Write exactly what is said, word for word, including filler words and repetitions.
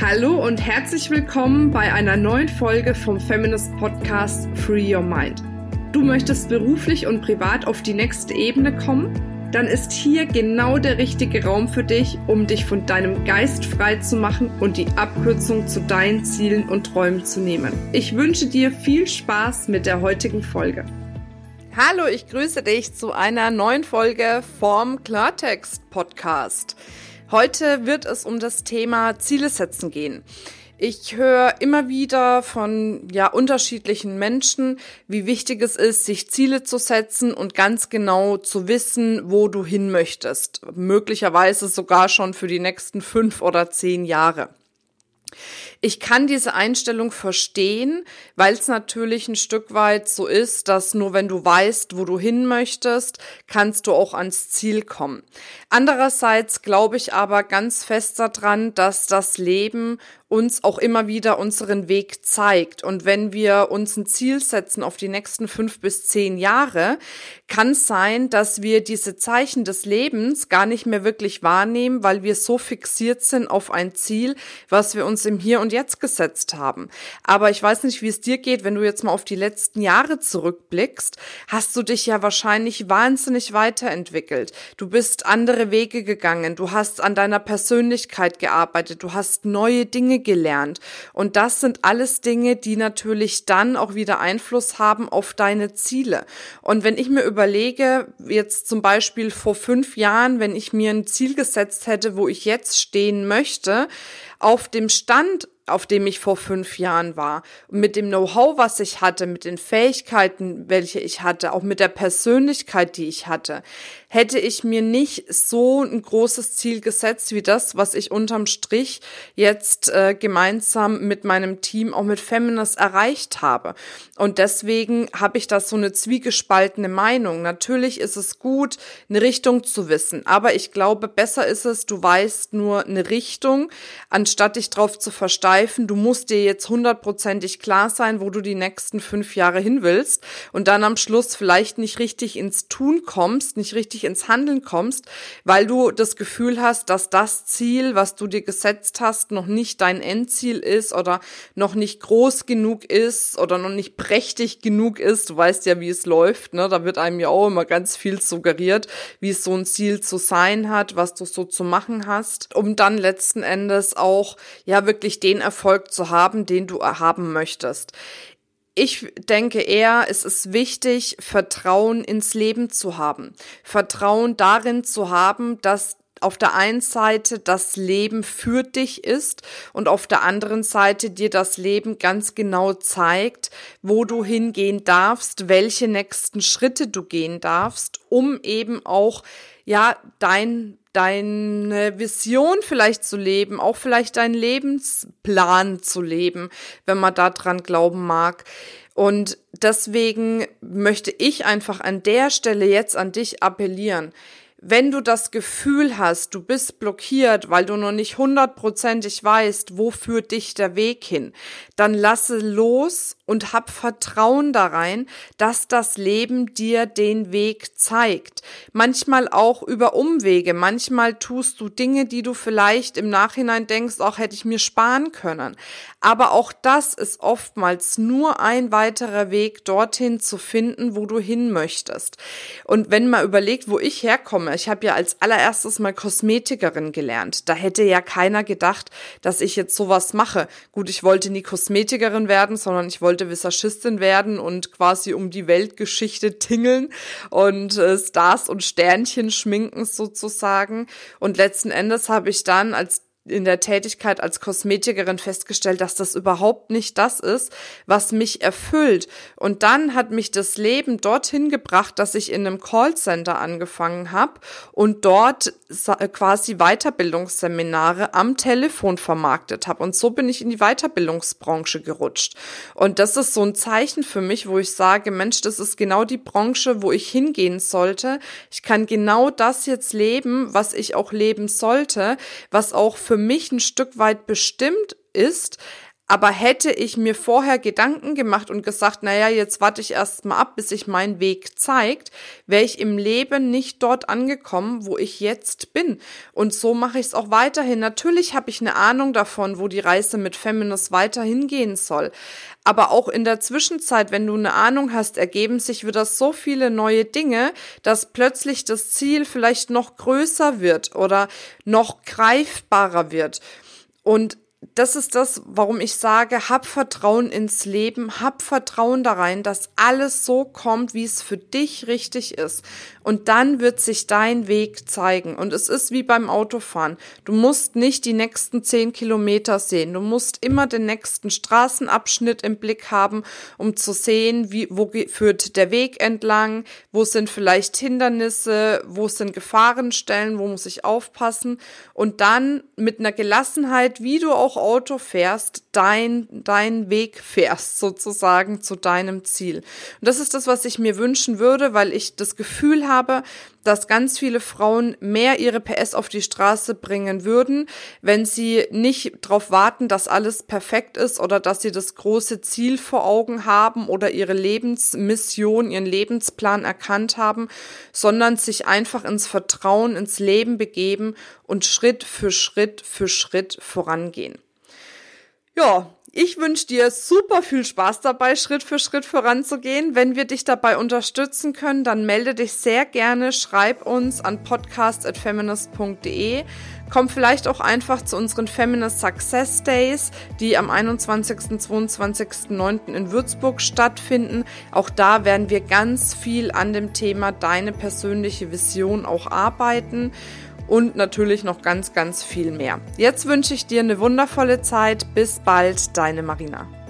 Hallo und herzlich willkommen bei einer neuen Folge vom Feminist Podcast Free Your Mind. Du möchtest beruflich und privat auf die nächste Ebene kommen? Dann ist hier genau der richtige Raum für dich, um dich von deinem Geist frei zu machen und die Abkürzung zu deinen Zielen und Träumen zu nehmen. Ich wünsche dir viel Spaß mit der heutigen Folge. Hallo, ich grüße dich zu einer neuen Folge vom Klartext Podcast. Heute wird es um das Thema Ziele setzen gehen. Ich höre immer wieder von ja unterschiedlichen Menschen, wie wichtig es ist, sich Ziele zu setzen und ganz genau zu wissen, wo du hin möchtest. Möglicherweise sogar schon für die nächsten fünf oder zehn Jahre. Ich kann diese Einstellung verstehen, weil es natürlich ein Stück weit so ist, dass nur wenn du weißt, wo du hin möchtest, kannst du auch ans Ziel kommen. Andererseits glaube ich aber ganz fest daran, dass das Leben uns auch immer wieder unseren Weg zeigt. Und wenn wir uns ein Ziel setzen auf die nächsten fünf bis zehn Jahre, kann es sein, dass wir diese Zeichen des Lebens gar nicht mehr wirklich wahrnehmen, weil wir so fixiert sind auf ein Ziel, was wir uns im Hier und Jetzt gesetzt haben. Aber ich weiß nicht, wie es dir geht, wenn du jetzt mal auf die letzten Jahre zurückblickst, hast du dich ja wahrscheinlich wahnsinnig weiterentwickelt. Du bist andere Wege gegangen, du hast an deiner Persönlichkeit gearbeitet, du hast neue Dinge gelernt. Und das sind alles Dinge, die natürlich dann auch wieder Einfluss haben auf deine Ziele. Und wenn ich mir überlege, jetzt zum Beispiel vor fünf Jahren, wenn ich mir ein Ziel gesetzt hätte, wo ich jetzt stehen möchte, auf dem Stand, auf dem ich vor fünf Jahren war, mit dem Know-how, was ich hatte, mit den Fähigkeiten, welche ich hatte, auch mit der Persönlichkeit, die ich hatte, hätte ich mir nicht so ein großes Ziel gesetzt wie das, was ich unterm Strich jetzt äh, gemeinsam mit meinem Team, auch mit Feminist, erreicht habe. Und deswegen habe ich da so eine zwiegespaltene Meinung. Natürlich ist es gut, eine Richtung zu wissen, aber ich glaube, besser ist es, du weißt nur eine Richtung, anstatt dich drauf zu versteifen. Du musst dir jetzt hundertprozentig klar sein, wo du die nächsten fünf Jahre hin willst und dann am Schluss vielleicht nicht richtig ins Tun kommst, nicht richtig ins Handeln kommst, weil du das Gefühl hast, dass das Ziel, was du dir gesetzt hast, noch nicht dein Endziel ist oder noch nicht groß genug ist oder noch nicht prächtig genug ist. Du weißt ja, wie es läuft, ne? Da wird einem ja auch immer ganz viel suggeriert, wie es so ein Ziel zu sein hat, was du so zu machen hast, um dann letzten Endes auch ja wirklich den Erfolg zu haben, den du haben möchtest. Ich denke eher, es ist wichtig, Vertrauen ins Leben zu haben. Vertrauen darin zu haben, dass auf der einen Seite das Leben für dich ist und auf der anderen Seite dir das Leben ganz genau zeigt, wo du hingehen darfst, welche nächsten Schritte du gehen darfst, um eben auch ja dein deine Vision vielleicht zu leben, auch vielleicht deinen Lebensplan zu leben, wenn man daran glauben mag. Und deswegen möchte ich einfach an der Stelle jetzt an dich appellieren. Wenn du das Gefühl hast, du bist blockiert, weil du noch nicht hundertprozentig weißt, wo führt dich der Weg hin, dann lasse los und hab Vertrauen da rein, dass das Leben dir den Weg zeigt. Manchmal auch über Umwege, manchmal tust du Dinge, die du vielleicht im Nachhinein denkst, auch hätte ich mir sparen können. Aber auch das ist oftmals nur ein weiterer Weg, dorthin zu finden, wo du hin möchtest. Und wenn man überlegt, wo ich herkomme, ich habe ja als allererstes mal Kosmetikerin gelernt. Da hätte ja keiner gedacht, dass ich jetzt sowas mache. Gut, ich wollte nie Kosmetikerin werden, sondern ich wollte Visagistin werden und quasi um die Weltgeschichte tingeln und äh, Stars und Sternchen schminken sozusagen. Und letzten Endes habe ich dann als in der Tätigkeit als Kosmetikerin festgestellt, dass das überhaupt nicht das ist, was mich erfüllt. Und dann hat mich das Leben dorthin gebracht, dass ich in einem Callcenter angefangen habe und dort quasi Weiterbildungsseminare am Telefon vermarktet habe. Und so bin ich in die Weiterbildungsbranche gerutscht. Und das ist so ein Zeichen für mich, wo ich sage, Mensch, das ist genau die Branche, wo ich hingehen sollte. Ich kann genau das jetzt leben, was ich auch leben sollte, was auch für für mich ein Stück weit bestimmt ist, Aber hätte ich mir vorher Gedanken gemacht und gesagt, naja, jetzt warte ich erst mal ab, bis sich mein Weg zeigt, wäre ich im Leben nicht dort angekommen, wo ich jetzt bin. Und so mache ich es auch weiterhin. Natürlich habe ich eine Ahnung davon, wo die Reise mit Feminist weiterhin gehen soll. Aber auch in der Zwischenzeit, wenn du eine Ahnung hast, ergeben sich wieder so viele neue Dinge, dass plötzlich das Ziel vielleicht noch größer wird oder noch greifbarer wird. Und das ist das, warum ich sage, hab Vertrauen ins Leben, hab Vertrauen da rein, dass alles so kommt, wie es für dich richtig ist. Und dann wird sich dein Weg zeigen. Und es ist wie beim Autofahren. Du musst nicht die nächsten zehn Kilometer sehen. Du musst immer den nächsten Straßenabschnitt im Blick haben, um zu sehen, wie, wo führt der Weg entlang, wo sind vielleicht Hindernisse, wo sind Gefahrenstellen, wo muss ich aufpassen. Und dann mit einer Gelassenheit, wie du auch Auto fährst, dein, dein Weg fährst sozusagen zu deinem Ziel. Und das ist das, was ich mir wünschen würde, weil ich das Gefühl habe, dass ganz viele Frauen mehr ihre P S auf die Straße bringen würden, wenn sie nicht darauf warten, dass alles perfekt ist oder dass sie das große Ziel vor Augen haben oder ihre Lebensmission, ihren Lebensplan erkannt haben, sondern sich einfach ins Vertrauen, ins Leben begeben und Schritt für Schritt für Schritt vorangehen. Ja, ich wünsche dir super viel Spaß dabei, Schritt für Schritt voranzugehen. Wenn wir dich dabei unterstützen können, dann melde dich sehr gerne, schreib uns an podcast at feminist punkt de. Komm vielleicht auch einfach zu unseren Feminist Success Days, die am einundzwanzigsten und zweiundzwanzigsten neunten in Würzburg stattfinden. Auch da werden wir ganz viel an dem Thema deine persönliche Vision auch arbeiten. Und natürlich noch ganz, ganz viel mehr. Jetzt wünsche ich dir eine wundervolle Zeit. Bis bald, deine Marina.